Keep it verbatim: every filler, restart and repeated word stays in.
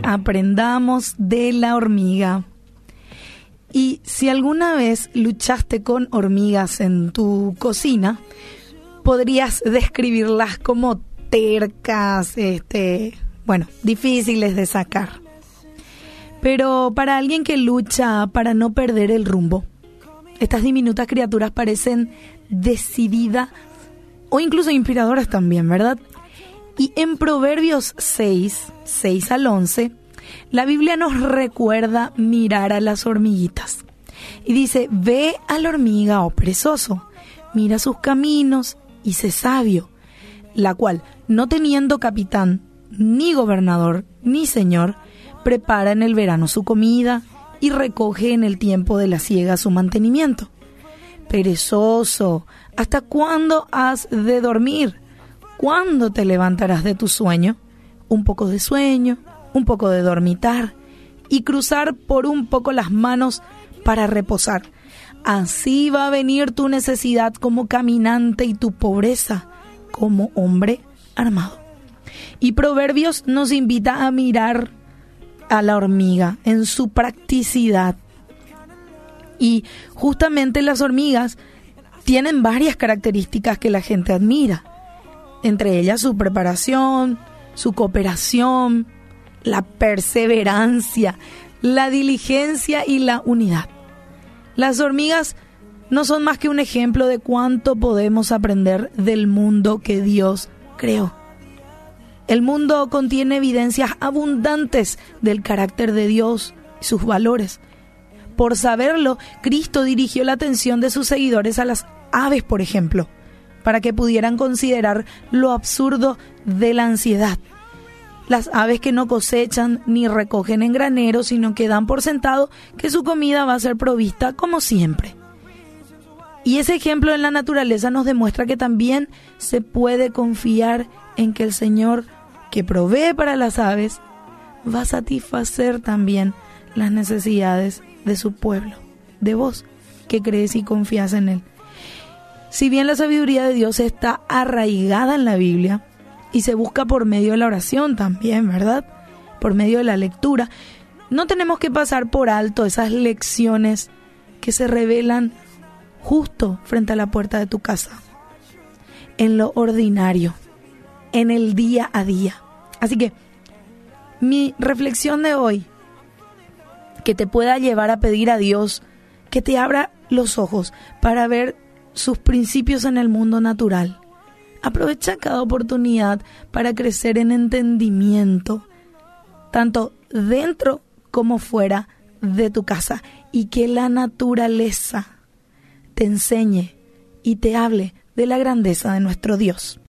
aprendamos de la hormiga. Y si alguna vez luchaste con hormigas en tu cocina, podrías describirlas como tercas, este, bueno, difíciles de sacar. Pero para alguien que lucha para no perder el rumbo, estas diminutas criaturas parecen decididas o incluso inspiradoras también, ¿verdad? Y en Proverbios seis, seis al once, la Biblia nos recuerda mirar a las hormiguitas. Y dice, ve a la hormiga, oh perezoso, mira sus caminos y sé sabio, la cual, no teniendo capitán, ni gobernador, ni señor, prepara en el verano su comida y recoge en el tiempo de la siega su mantenimiento. Perezoso, ¿hasta cuándo has de dormir? ¿Cuándo te levantarás de tu sueño? Un poco de sueño, un poco de dormitar y cruzar por un poco las manos para reposar. Así va a venir tu necesidad como caminante y tu pobreza como hombre armado. Y Proverbios nos invita a mirar a la hormiga en su practicidad. Y justamente las hormigas tienen varias características que la gente admira. Entre ellas su preparación, su cooperación, la perseverancia, la diligencia y la unidad. Las hormigas no son más que un ejemplo de cuánto podemos aprender del mundo que Dios creó. El mundo contiene evidencias abundantes del carácter de Dios y sus valores. Por saberlo, Cristo dirigió la atención de sus seguidores a las aves, por ejemplo, para que pudieran considerar lo absurdo de la ansiedad. Las aves que no cosechan ni recogen en graneros, sino que dan por sentado que su comida va a ser provista como siempre. Y ese ejemplo en la naturaleza nos demuestra que también se puede confiar en que el Señor, que provee para las aves, va a satisfacer también las necesidades de su pueblo, de vos, que crees y confías en Él. Si bien la sabiduría de Dios está arraigada en la Biblia y se busca por medio de la oración también, ¿verdad? Por medio de la lectura, no tenemos que pasar por alto esas lecciones que se revelan justo frente a la puerta de tu casa, en lo ordinario, en el día a día. Así que mi reflexión de hoy, que te pueda llevar a pedir a Dios que te abra los ojos para ver sus principios en el mundo natural. Aprovecha cada oportunidad para crecer en entendimiento, tanto dentro como fuera de tu casa, y que la naturaleza te enseñe y te hable de la grandeza de nuestro Dios.